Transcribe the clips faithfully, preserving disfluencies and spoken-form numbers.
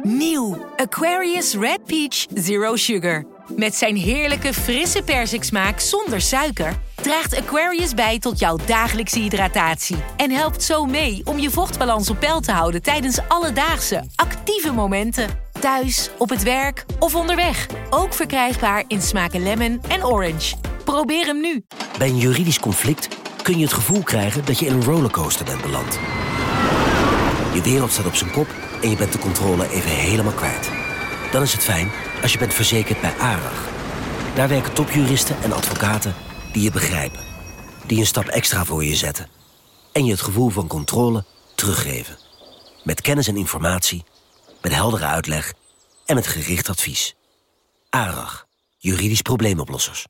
Nieuw Aquarius Red Peach Zero Sugar. Met zijn heerlijke frisse persiksmaak zonder suiker draagt Aquarius bij tot jouw dagelijkse hydratatie. En helpt zo mee om je vochtbalans op peil te houden tijdens alledaagse, actieve momenten. Thuis, op het werk of onderweg. Ook verkrijgbaar in smaken lemon en orange. Probeer hem nu. Bij een juridisch conflict kun je het gevoel krijgen dat je in een rollercoaster bent beland. Je wereld staat op zijn kop en je bent de controle even helemaal kwijt. Dan is het fijn als je bent verzekerd bij ARAG. Daar werken topjuristen en advocaten die je begrijpen. Die een stap extra voor je zetten. En je het gevoel van controle teruggeven. Met kennis en informatie, met heldere uitleg en met gericht advies. ARAG, juridisch probleemoplossers.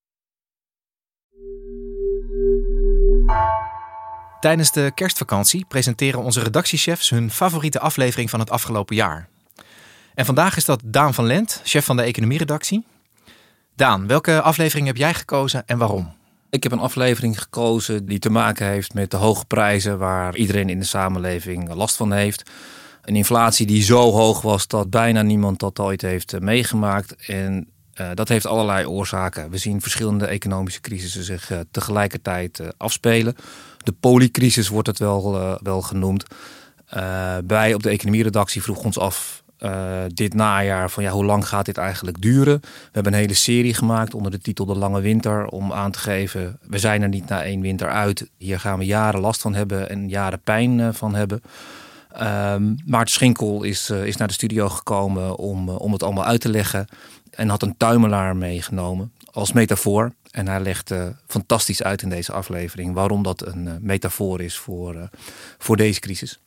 Tijdens de kerstvakantie presenteren onze redactiechefs hun favoriete aflevering van het afgelopen jaar. En vandaag is dat Daan van Lent, chef van de economieredactie. Daan, welke aflevering heb jij gekozen en waarom? Ik heb een aflevering gekozen die te maken heeft met de hoge prijzen waar iedereen in de samenleving last van heeft. Een inflatie die zo hoog was dat bijna niemand dat ooit heeft meegemaakt. En uh, dat heeft allerlei oorzaken. We zien verschillende economische crisissen zich uh, tegelijkertijd uh, afspelen. De polycrisis wordt het wel, uh, wel genoemd. Uh, wij op de economieredactie vroegen ons af uh, dit najaar van ja, hoe lang gaat dit eigenlijk duren? We hebben een hele serie gemaakt onder de titel De Lange Winter om aan te geven, we zijn er niet na één winter uit. Hier gaan we jaren last van hebben en jaren pijn uh, van hebben. Um, Maarten Schinkel is, uh, is naar de studio gekomen om, uh, om het allemaal uit te leggen en had een tuimelaar meegenomen als metafoor. En hij legt uh, fantastisch uit in deze aflevering waarom dat een uh, metafoor is voor, uh, voor deze crisis.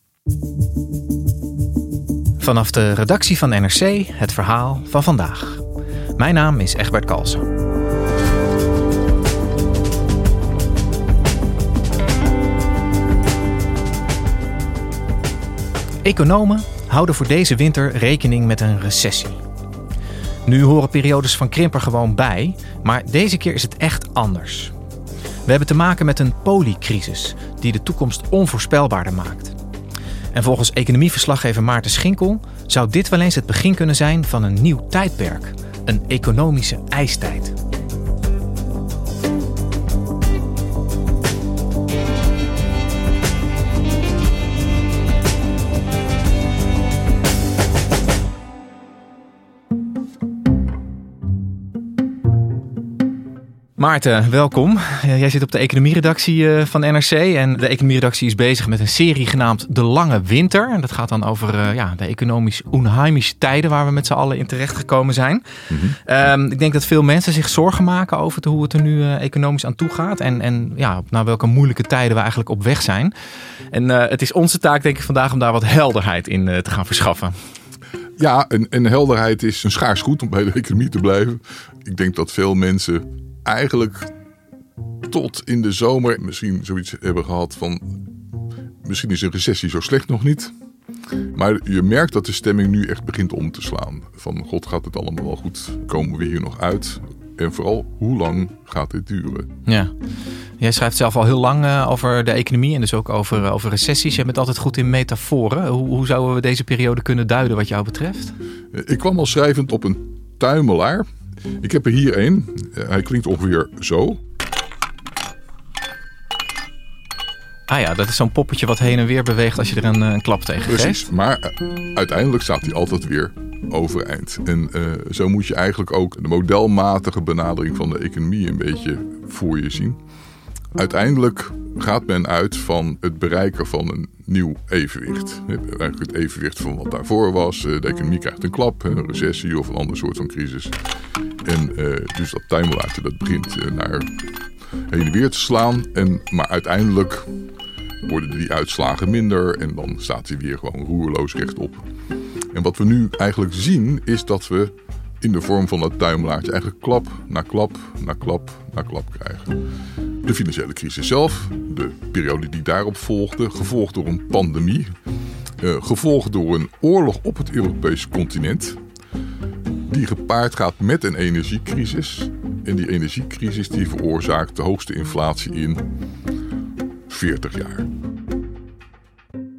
Vanaf de redactie van N R C het verhaal van vandaag. Mijn naam is Egbert Kalsen. Economen houden voor deze winter rekening met een recessie. Nu horen periodes van krimp er gewoon bij, maar deze keer is het echt anders. We hebben te maken met een polycrisis die de toekomst onvoorspelbaarder maakt. En volgens economieverslaggever Maarten Schinkel zou dit wel eens het begin kunnen zijn van een nieuw tijdperk, een economische ijstijd. Maarten, welkom. Jij zit op de economieredactie van N R C en de economieredactie is bezig met een serie genaamd De Lange Winter. En dat gaat dan over uh, ja, de economisch onheimische tijden waar we met z'n allen in terecht gekomen zijn. Mm-hmm. Um, ik denk dat veel mensen zich zorgen maken over hoe het er nu uh, economisch aan toe gaat en, en ja, naar welke moeilijke tijden we eigenlijk op weg zijn. En uh, het is onze taak denk ik vandaag om daar wat helderheid in uh, te gaan verschaffen. Ja, en, en helderheid is een schaars goed om bij de economie te blijven. Ik denk dat veel mensen eigenlijk tot in de zomer misschien zoiets hebben gehad van misschien is een recessie zo slecht nog niet. Maar je merkt dat de stemming nu echt begint om te slaan. Van god, gaat het allemaal wel goed? Komen we hier nog uit? En vooral, hoe lang gaat dit duren? Ja. Jij schrijft zelf al heel lang uh, over de economie en dus ook over, uh, over recessies. Je bent altijd goed in metaforen. Hoe, hoe zouden we deze periode kunnen duiden wat jou betreft? Ik kwam al schrijvend op een tuimelaar. Ik heb er hier een. Hij klinkt ongeveer zo. Ah ja, dat is zo'n poppetje wat heen en weer beweegt als je er een, een klap tegen geeft. Precies, maar uiteindelijk staat hij altijd weer overeind. En uh, zo moet je eigenlijk ook de modelmatige benadering van de economie een beetje voor je zien. Uiteindelijk gaat men uit van het bereiken van een nieuw evenwicht. Eigenlijk het evenwicht van wat daarvoor was. De economie krijgt een klap, een recessie of een ander soort van crisis. En uh, dus dat tuimelaartje dat begint uh, naar heen en weer te slaan. En, maar uiteindelijk worden die uitslagen minder en dan staat hij weer gewoon roerloos rechtop. En wat we nu eigenlijk zien is dat we in de vorm van dat tuimelaartje eigenlijk klap na klap na klap na klap krijgen. De financiële crisis zelf, de periode die daarop volgde, gevolgd door een pandemie, uh, gevolgd door een oorlog op het Europese continent, die gepaard gaat met een energiecrisis. En die energiecrisis die veroorzaakt de hoogste inflatie in veertig jaar.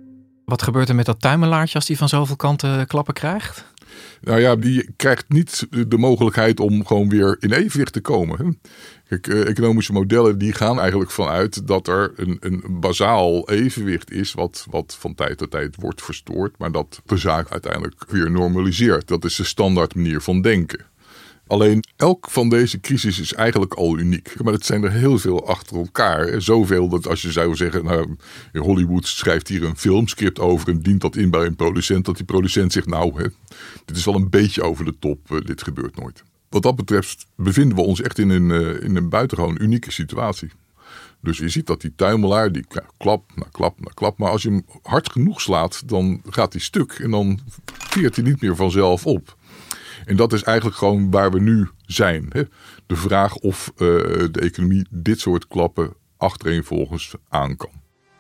Wat gebeurt er met dat tuimelaartje als die van zoveel kanten klappen krijgt? Nou ja, die krijgt niet de mogelijkheid om gewoon weer in evenwicht te komen. Hè? Kijk, economische modellen die gaan eigenlijk vanuit dat er een, een bazaal evenwicht is wat, wat van tijd tot tijd wordt verstoord, maar dat de zaak uiteindelijk weer normaliseert. Dat is de standaard manier van denken. Alleen elk van deze crisis is eigenlijk al uniek. Maar het zijn er heel veel achter elkaar. Zoveel dat als je zou zeggen, nou, Hollywood schrijft hier een filmscript over en dient dat in bij een producent. Dat die producent zegt, nou, hè, dit is wel een beetje over de top, dit gebeurt nooit. Wat dat betreft bevinden we ons echt in een, in een buitengewoon unieke situatie. Dus je ziet dat die tuimelaar, die klap na klap na klap. Maar als je hem hard genoeg slaat, dan gaat hij stuk en dan veert hij niet meer vanzelf op. En dat is eigenlijk gewoon waar we nu zijn. Hè? De vraag of uh, de economie dit soort klappen achtereenvolgens aan kan.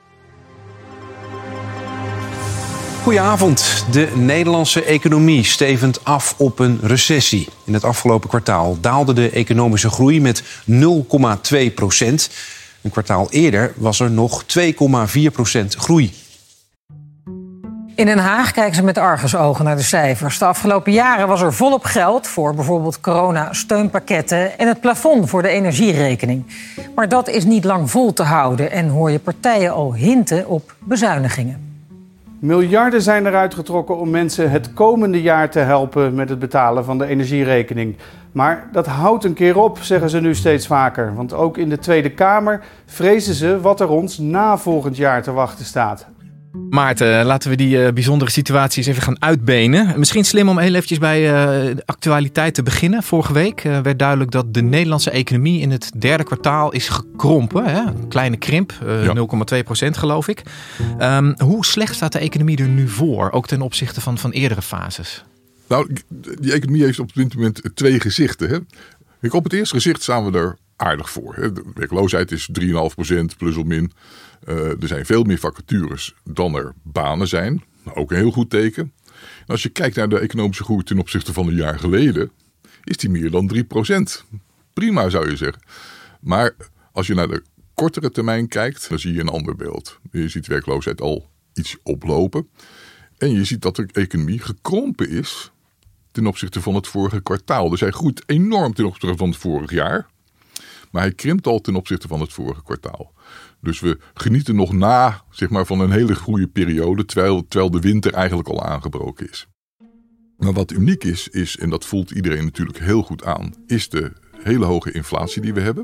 Goedenavond. De Nederlandse economie stevend af op een recessie. In het afgelopen kwartaal daalde de economische groei met nul komma twee procent. Een kwartaal eerder was er nog twee komma vier procent groei. In Den Haag kijken ze met argusogen naar de cijfers. De afgelopen jaren was er volop geld voor bijvoorbeeld corona-steunpakketten en het plafond voor de energierekening. Maar dat is niet lang vol te houden en hoor je partijen al hinten op bezuinigingen. Miljarden zijn eruit getrokken om mensen het komende jaar te helpen met het betalen van de energierekening. Maar dat houdt een keer op, zeggen ze nu steeds vaker. Want ook in de Tweede Kamer vrezen ze wat er ons na volgend jaar te wachten staat. Maarten, laten we die uh, bijzondere situaties even gaan uitbenen. Misschien slim om heel eventjes bij uh, de actualiteit te beginnen. Vorige week uh, werd duidelijk dat de Nederlandse economie in het derde kwartaal is gekrompen. Hè? Een kleine krimp, uh, ja. nul komma twee procent geloof ik. Um, hoe slecht staat de economie er nu voor? Ook ten opzichte van, van eerdere fases. Nou, die economie heeft op dit moment twee gezichten. Hè? Kijk, op het eerste gezicht staan we er aardig voor. Hè? De werkloosheid is drie komma vijf procent plus of min. Uh, er zijn veel meer vacatures dan er banen zijn. Ook een heel goed teken. En als je kijkt naar de economische groei ten opzichte van een jaar geleden, is die meer dan drie procent. Prima zou je zeggen. Maar als je naar de kortere termijn kijkt, dan zie je een ander beeld. Je ziet de werkloosheid al iets oplopen. En je ziet dat de economie gekrompen is ten opzichte van het vorige kwartaal. Dus hij groeit enorm ten opzichte van het vorig jaar. Maar hij krimpt al ten opzichte van het vorige kwartaal. Dus we genieten nog na zeg maar, van een hele goede periode, terwijl, terwijl de winter eigenlijk al aangebroken is. Maar wat uniek is, is, en dat voelt iedereen natuurlijk heel goed aan, is de hele hoge inflatie die we hebben.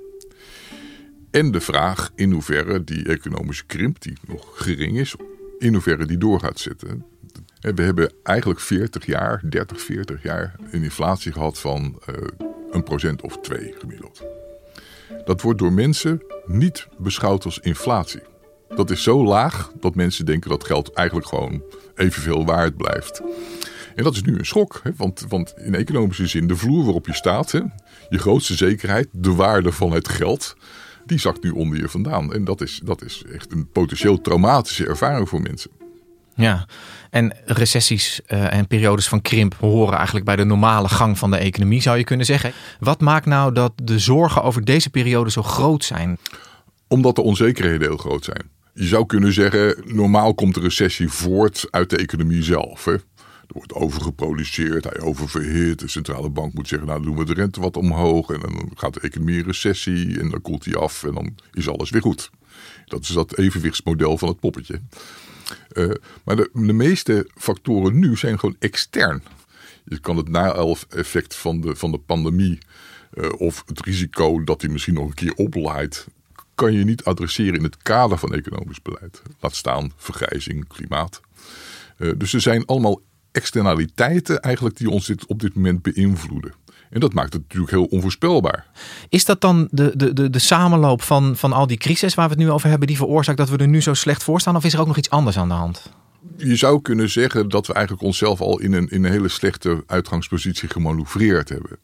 En de vraag in hoeverre die economische krimp, die nog gering is, in hoeverre die door gaat zetten. We hebben eigenlijk veertig jaar, dertig, veertig jaar een inflatie gehad van uh, een procent of twee gemiddeld. Dat wordt door mensen niet beschouwd als inflatie. Dat is zo laag dat mensen denken dat geld eigenlijk gewoon evenveel waard blijft. En dat is nu een schok, hè? Want, want in economische zin de vloer waarop je staat, hè? Je grootste zekerheid, de waarde van het geld, die zakt nu onder je vandaan. En dat is, dat is echt een potentieel traumatische ervaring voor mensen. Ja, en recessies uh, en periodes van krimp horen eigenlijk bij de normale gang van de economie, zou je kunnen zeggen. Wat maakt nou dat de zorgen over deze periode zo groot zijn? Omdat de onzekerheden heel groot zijn. Je zou kunnen zeggen, normaal komt de recessie voort uit de economie zelf. Hè? Er wordt overgeproduceerd, hij oververhit. De centrale bank moet zeggen, nou dan doen we de rente wat omhoog. En dan gaat de economie in recessie en dan koelt die af en dan is alles weer goed. Dat is dat evenwichtsmodel van het poppetje. Uh, maar de, de meeste factoren nu zijn gewoon extern. Je kan het na-effect van de, van de pandemie uh, of het risico dat die misschien nog een keer oplaait, kan je niet adresseren in het kader van economisch beleid. Laat staan vergrijzing, klimaat. Uh, dus er zijn allemaal externaliteiten eigenlijk die ons dit, op dit moment beïnvloeden. En dat maakt het natuurlijk heel onvoorspelbaar. Is dat dan de, de, de, de samenloop van, van al die crises waar we het nu over hebben, die veroorzaakt dat we er nu zo slecht voor staan? Of is er ook nog iets anders aan de hand? Je zou kunnen zeggen dat we eigenlijk onszelf al in een, in een hele slechte uitgangspositie gemanoeuvreerd hebben.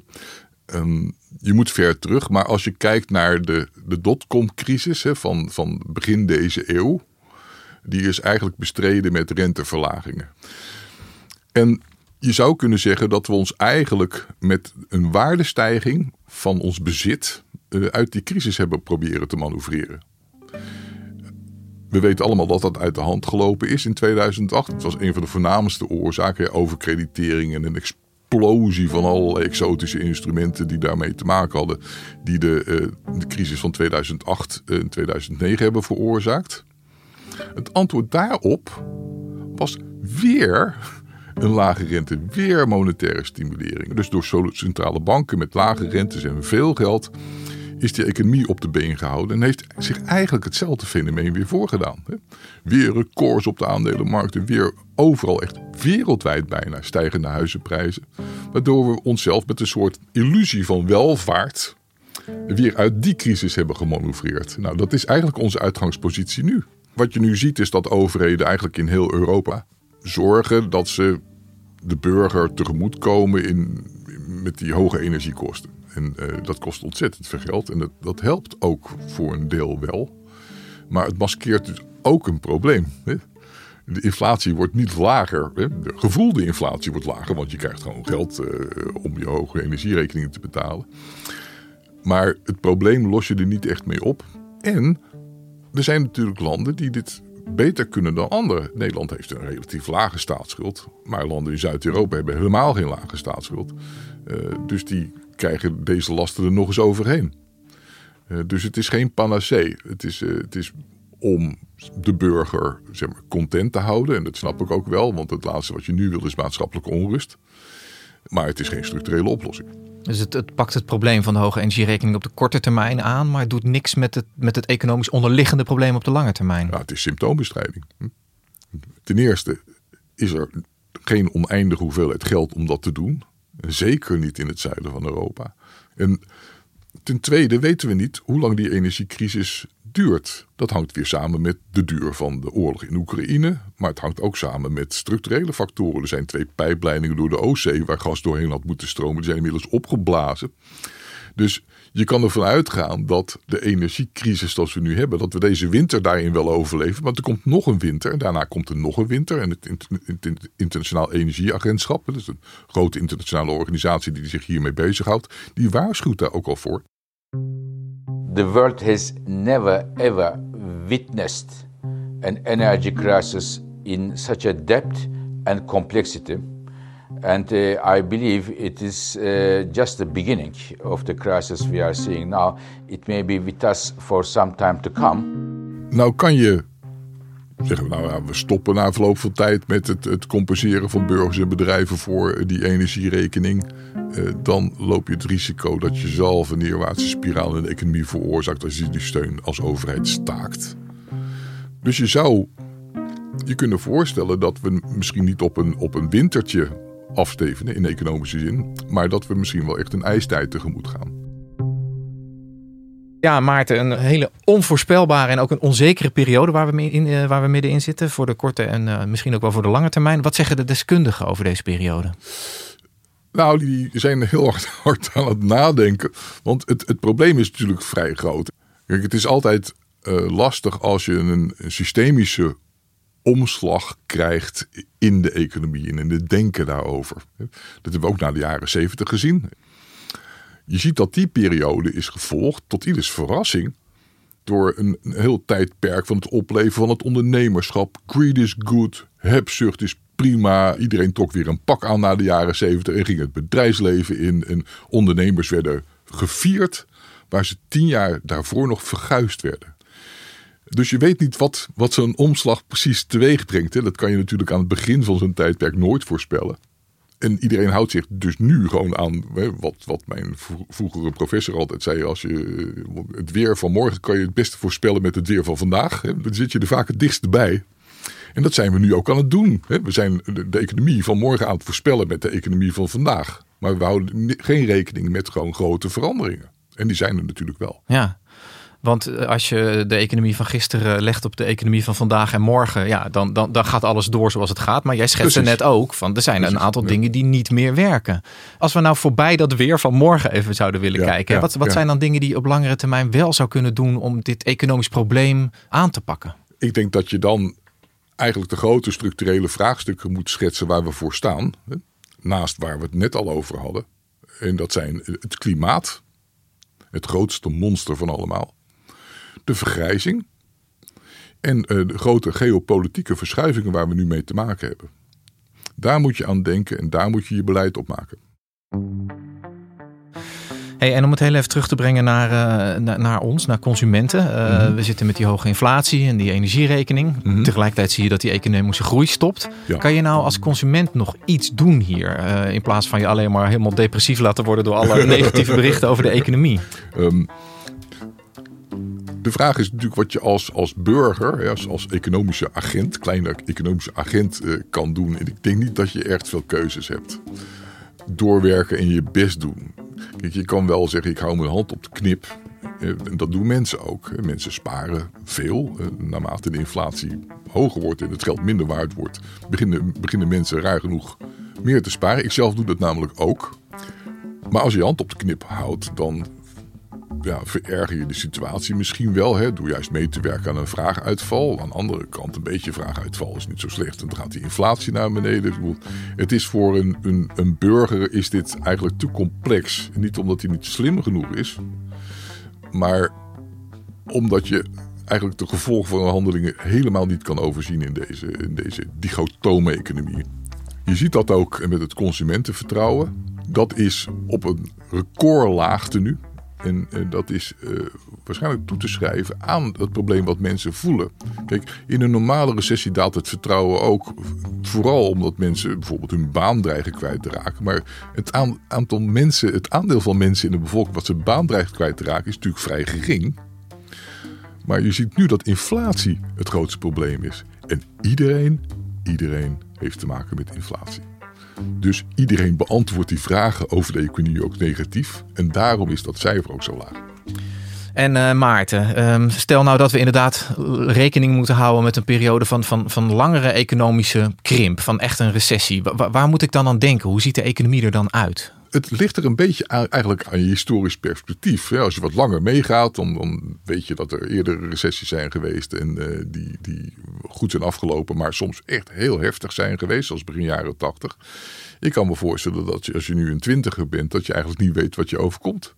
Um, je moet ver terug, maar als je kijkt naar de, de dotcom-crisis hè, van, van begin deze eeuw, die is eigenlijk bestreden met renteverlagingen. En je zou kunnen zeggen dat we ons eigenlijk met een waardestijging van ons bezit uh, uit die crisis hebben proberen te manoeuvreren. We weten allemaal dat dat uit de hand gelopen is in tweeduizend acht. Het was een van de voornaamste oorzaken. Overkreditering en een explosie van allerlei exotische instrumenten die daarmee te maken hadden. Die de, uh, de crisis van tweeduizend acht en tweeduizend negen hebben veroorzaakt. Het antwoord daarop was weer een lage rente, weer monetaire stimulering. Dus door centrale banken met lage rentes en veel geld is die economie op de been gehouden en heeft zich eigenlijk hetzelfde fenomeen weer voorgedaan. Weer records op de aandelenmarkten, weer overal echt wereldwijd bijna stijgende huizenprijzen. Waardoor we onszelf met een soort illusie van welvaart weer uit die crisis hebben gemanoeuvreerd. Nou, dat is eigenlijk onze uitgangspositie nu. Wat je nu ziet is dat overheden eigenlijk in heel Europa zorgen dat ze de burger tegemoetkomen in, met die hoge energiekosten. En uh, dat kost ontzettend veel geld en dat, dat helpt ook voor een deel wel. Maar het maskeert dus ook een probleem. Hè? De inflatie wordt niet lager. Hè? De gevoelde inflatie wordt lager, want je krijgt gewoon geld uh, om je hoge energierekeningen te betalen. Maar het probleem los je er niet echt mee op. En er zijn natuurlijk landen die dit beter kunnen dan anderen. Nederland heeft een relatief lage staatsschuld. Maar landen in Zuid-Europa hebben helemaal geen lage staatsschuld. Uh, dus die krijgen deze lasten er nog eens overheen. Uh, dus het is geen panacee. Het is, uh, het is om de burger zeg maar, content te houden. En dat snap ik ook wel. Want het laatste wat je nu wil is maatschappelijke onrust. Maar het is geen structurele oplossing. Dus het, het pakt het probleem van de hoge energierekening op de korte termijn aan, maar het doet niks met het, met het economisch onderliggende probleem op de lange termijn. Ja, het is symptoombestrijding. Ten eerste is er geen oneindige hoeveelheid geld om dat te doen. Zeker niet in het zuiden van Europa. En ten tweede weten we niet hoe lang die energiecrisis duurt. Dat hangt weer samen met de duur van de oorlog in Oekraïne. Maar het hangt ook samen met structurele factoren. Er zijn twee pijpleidingen door de Oostzee waar gas doorheen had moeten stromen. Die zijn inmiddels opgeblazen. Dus je kan ervan uitgaan dat de energiecrisis zoals we nu hebben, dat we deze winter daarin wel overleven. Maar er komt nog een winter. Daarna komt er nog een winter. En het Internationaal Energieagentschap, dat is een grote internationale organisatie die zich hiermee bezighoudt, die waarschuwt daar ook al voor. The world has never ever witnessed an energy crisis in such a depth and complexity. And uh, I believe it is uh, just the beginning of the crisis we are seeing now. It may be with us for some time to come. Nou kan je zeggen, nou ja, we stoppen na verloop van tijd met het, het compenseren van burgers en bedrijven voor die energierekening. Uh, dan loop je het risico dat je zelf een neerwaartse spiraal in de economie veroorzaakt als je die steun als overheid staakt. Dus je zou je kunnen voorstellen dat we misschien niet op een, op een wintertje afstevenen in economische zin, maar dat we misschien wel echt een ijstijd tegemoet gaan. Ja, Maarten, een hele onvoorspelbare en ook een onzekere periode waar we, in, uh, waar we middenin zitten voor de korte en uh, misschien ook wel voor de lange termijn. Wat zeggen de deskundigen over deze periode? Nou, die zijn heel hard, hard aan het nadenken, want het, het probleem is natuurlijk vrij groot. Kijk, het is altijd uh, lastig als je een, een systemische omslag krijgt in de economie en in het denken daarover. Dat hebben we ook na de jaren zeventig gezien. Je ziet dat die periode is gevolgd, tot ieders verrassing, door een, een heel tijdperk van het opleven van het ondernemerschap. Greed is good, hebzucht is prima. Iedereen trok weer een pak aan na de jaren zeventig en ging het bedrijfsleven in. En ondernemers werden gevierd, waar ze tien jaar daarvoor nog verguisd werden. Dus je weet niet wat, wat zo'n omslag precies teweeg brengt. Hè. Dat kan je natuurlijk aan het begin van zo'n tijdperk nooit voorspellen. En iedereen houdt zich dus nu gewoon aan hè, wat, wat mijn vroegere professor altijd zei. Als je, het weer van morgen kan je het beste voorspellen met het weer van vandaag. Hè. Dan zit je er vaak het dichtst bij. En dat zijn we nu ook aan het doen. Hè. We zijn de, de economie van morgen aan het voorspellen met de economie van vandaag. Maar we houden geen rekening met gewoon grote veranderingen. En die zijn er natuurlijk wel. Ja. Want als je de economie van gisteren legt op de economie van vandaag en morgen, ja, dan, dan, dan gaat alles door zoals het gaat. Maar jij schetste net ook van er zijn Precies. een aantal ja. dingen die niet meer werken. Als we nou voorbij dat weer van morgen even zouden willen ja, kijken, ja, wat, wat ja. zijn dan dingen die je op langere termijn wel zou kunnen doen om dit economisch probleem aan te pakken? Ik denk dat je dan eigenlijk de grote structurele vraagstukken moet schetsen waar we voor staan. Naast waar we het net al over hadden. En dat zijn het klimaat, het grootste monster van allemaal. De vergrijzing. En uh, de grote geopolitieke verschuivingen waar we nu mee te maken hebben. Daar moet je aan denken en daar moet je je beleid op maken. Hey, en om het heel even terug te brengen naar, uh, naar, naar ons, naar consumenten. Uh, mm-hmm. We zitten met die hoge inflatie en die energierekening. Mm-hmm. Tegelijkertijd zie je dat die economische groei stopt. Ja. Kan je nou als consument nog iets doen hier? Uh, in plaats van je alleen maar helemaal depressief laten worden door alle negatieve berichten over de economie. Um, de vraag is natuurlijk wat je als, als burger, als, als economische agent, kleine economische agent uh, kan doen. En ik denk niet dat je echt veel keuzes hebt. Doorwerken en je best doen. Kijk, je kan wel zeggen, ik hou mijn hand op de knip. En dat doen mensen ook. Mensen sparen veel. Naarmate de inflatie hoger wordt en het geld minder waard wordt, beginnen, beginnen mensen raar genoeg meer te sparen. Ik zelf doe dat namelijk ook. Maar als je je hand op de knip houdt, dan ja, vererger je de situatie misschien wel. Hè, door juist mee te werken aan een vraaguitval. Aan de andere kant, een beetje vraaguitval is niet zo slecht. En dan gaat die inflatie naar beneden. Het is voor een, een, een burger is dit eigenlijk te complex. Niet omdat hij niet slim genoeg is. Maar omdat je eigenlijk de gevolgen van handelingen helemaal niet kan overzien in deze, in deze dichotome economie. Je ziet dat ook met het consumentenvertrouwen. Dat is op een recordlaagte nu. En uh, dat is uh, waarschijnlijk toe te schrijven aan het probleem wat mensen voelen. Kijk, in een normale recessie daalt het vertrouwen ook. Vooral omdat mensen bijvoorbeeld hun baan dreigen kwijt te raken. Maar het aantal mensen, het aandeel van mensen in de bevolking wat zijn baan dreigt kwijt te raken is natuurlijk vrij gering. Maar je ziet nu dat inflatie het grootste probleem is. En iedereen, iedereen heeft te maken met inflatie. Dus iedereen beantwoordt die vragen over de economie ook negatief. En daarom is dat cijfer ook zo laag. En uh, Maarten, um, stel nou dat we inderdaad rekening moeten houden met een periode van, van, van langere economische krimp. Van echt een recessie. Waar, waar moet ik dan aan denken? Hoe ziet de economie er dan uit? Het ligt er een beetje aan, eigenlijk aan je historisch perspectief. Als je wat langer meegaat, dan, dan weet je dat er eerder recessies zijn geweest. En uh, die, die goed zijn afgelopen, maar soms echt heel heftig zijn geweest. Zoals begin jaren tachtig. Ik kan me voorstellen dat je, als je nu een twintiger bent, dat je eigenlijk niet weet wat je overkomt.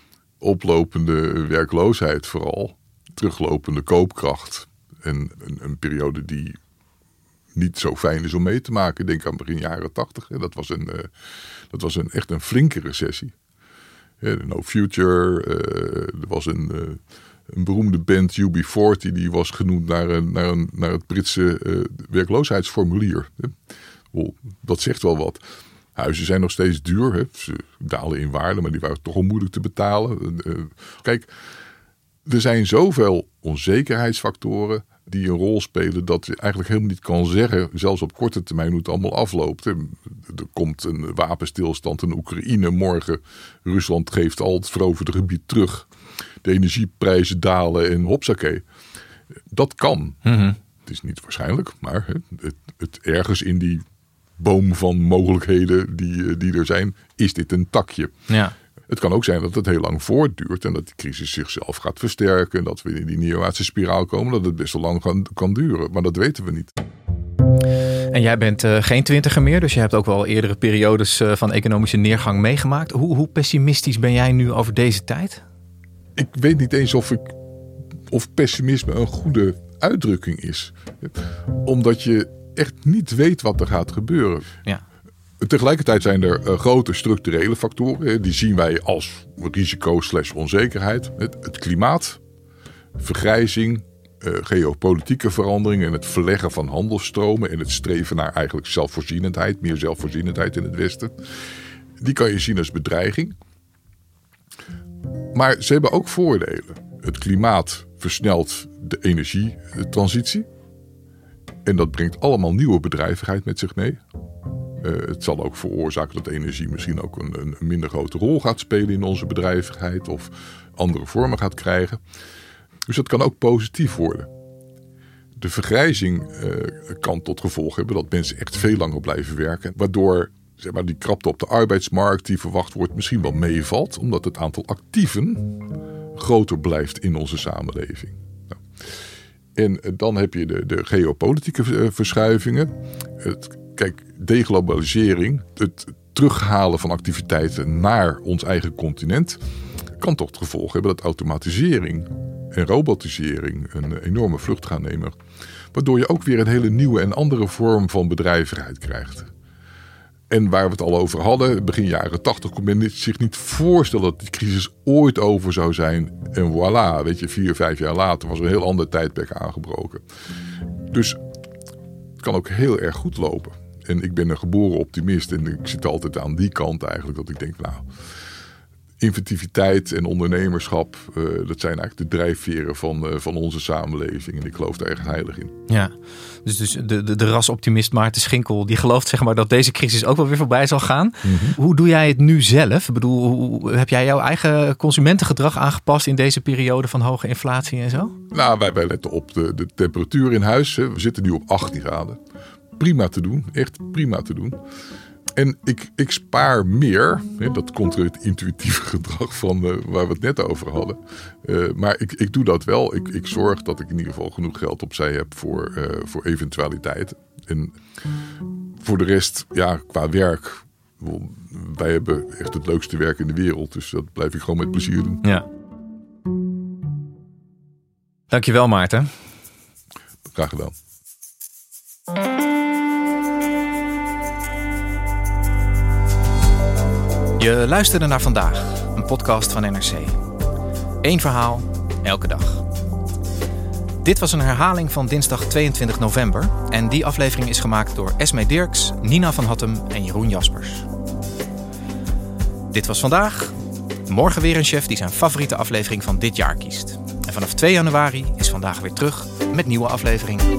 Oplopende werkloosheid vooral. Teruglopende koopkracht. En een, een periode die niet zo fijn is om mee te maken. Denk aan begin jaren tachtig. Dat was, een, uh, dat was een, echt een flinke recessie. Ja, No Future. Uh, er was een, uh, een beroemde band U B veertig. Die was genoemd naar, een, naar, een, naar het Britse uh, werkloosheidsformulier. Oh, dat zegt wel wat. Huizen zijn nog steeds duur. Hè. Ze dalen in waarde, maar die waren toch al moeilijk te betalen. Uh, kijk, er zijn zoveel onzekerheidsfactoren die een rol spelen dat je eigenlijk helemaal niet kan zeggen, zelfs op korte termijn, hoe het allemaal afloopt. Er komt een wapenstilstand in Oekraïne morgen. Rusland geeft al het veroverde gebied terug. De energieprijzen dalen en hopsakee. Dat kan. Mm-hmm. Het is niet waarschijnlijk, maar het, het ergens in die boom van mogelijkheden die, die er zijn, is dit een takje. Ja. Het kan ook zijn dat het heel lang voortduurt en dat die crisis zichzelf gaat versterken. En dat we in die neerwaartse spiraal komen, dat het best wel lang kan, kan duren. Maar dat weten we niet. En jij bent uh, geen twintiger meer, dus je hebt ook wel eerdere periodes uh, van economische neergang meegemaakt. Hoe, hoe pessimistisch ben jij nu over deze tijd? Ik weet niet eens of, ik, of pessimisme een goede uitdrukking is. Omdat je echt niet weet wat er gaat gebeuren. Ja. Tegelijkertijd zijn er uh, grote structurele factoren. Die zien wij als risico slash onzekerheid. Het, het klimaat, vergrijzing, uh, geopolitieke veranderingen en het verleggen van handelsstromen en het streven naar eigenlijk zelfvoorzienendheid, meer zelfvoorzienendheid in het Westen. Die kan je zien als bedreiging. Maar ze hebben ook voordelen. Het klimaat versnelt de energietransitie. En dat brengt allemaal nieuwe bedrijvigheid met zich mee. Uh, het zal ook veroorzaken dat energie misschien ook een, een minder grote rol gaat spelen in onze bedrijvigheid of andere vormen gaat krijgen. Dus dat kan ook positief worden. De vergrijzing uh, kan tot gevolg hebben dat mensen echt veel langer blijven werken. Waardoor zeg maar, die krapte op de arbeidsmarkt die verwacht wordt misschien wel meevalt. Omdat het aantal actieven groter blijft in onze samenleving. Nou. En dan heb je de, de geopolitieke verschuivingen. Het, kijk, deglobalisering, het terughalen van activiteiten naar ons eigen continent. kan toch het gevolg hebben dat automatisering en robotisering een enorme vlucht gaan nemen. Waardoor je ook weer een hele nieuwe en andere vorm van bedrijvigheid krijgt. En waar we het al over hadden, begin jaren tachtig, kon men zich niet voorstellen dat die crisis ooit over zou zijn. En voilà, weet je, vier, vijf jaar later was een heel ander tijdperk aangebroken. Dus het kan ook heel erg goed lopen. En ik ben een geboren optimist en ik zit altijd aan die kant eigenlijk. Dat ik denk, nou, inventiviteit en ondernemerschap, uh, dat zijn eigenlijk de drijfveren van, uh, van onze samenleving. En ik geloof daar echt heilig in. Ja, dus, dus de, de, de rasoptimist Maarten Schinkel, die gelooft zeg maar dat deze crisis ook wel weer voorbij zal gaan. Mm-hmm. Hoe doe jij het nu zelf? Ik bedoel, hoe, heb jij jouw eigen consumentengedrag aangepast in deze periode van hoge inflatie en zo? Nou, wij, wij letten op de, de temperatuur in huis. Hè. We zitten nu op achttien graden. Prima te doen, echt prima te doen. En ik, ik spaar meer, hè, dat contra-intuïtieve gedrag van uh, waar we het net over hadden. Uh, maar ik, ik doe dat wel. Ik, ik zorg dat ik in ieder geval genoeg geld opzij heb voor, uh, voor eventualiteiten. En voor de rest, ja, qua werk. Wij hebben echt het leukste werk in de wereld. Dus dat blijf ik gewoon met plezier doen. Ja. Dankjewel, Maarten. Graag gedaan. Je luisterde naar Vandaag, een podcast van N R C. Eén verhaal, elke dag. Dit was een herhaling van dinsdag tweeëntwintig november... en die aflevering is gemaakt door Esme Dirks, Nina van Hattem en Jeroen Jaspers. Dit was Vandaag. Morgen weer een chef die zijn favoriete aflevering van dit jaar kiest. En vanaf twee januari is Vandaag weer terug met nieuwe afleveringen.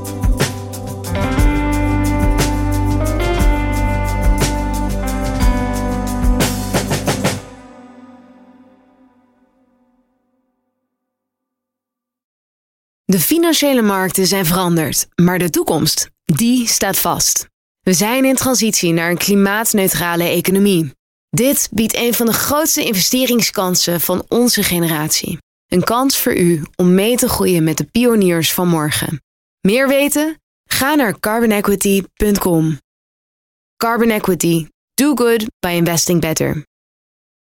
De financiële markten zijn veranderd, maar de toekomst, die staat vast. We zijn in transitie naar een klimaatneutrale economie. Dit biedt een van de grootste investeringskansen van onze generatie. Een kans voor u om mee te groeien met de pioniers van morgen. Meer weten? Ga naar carbon equity punt com. Carbon Equity. Do good by investing better.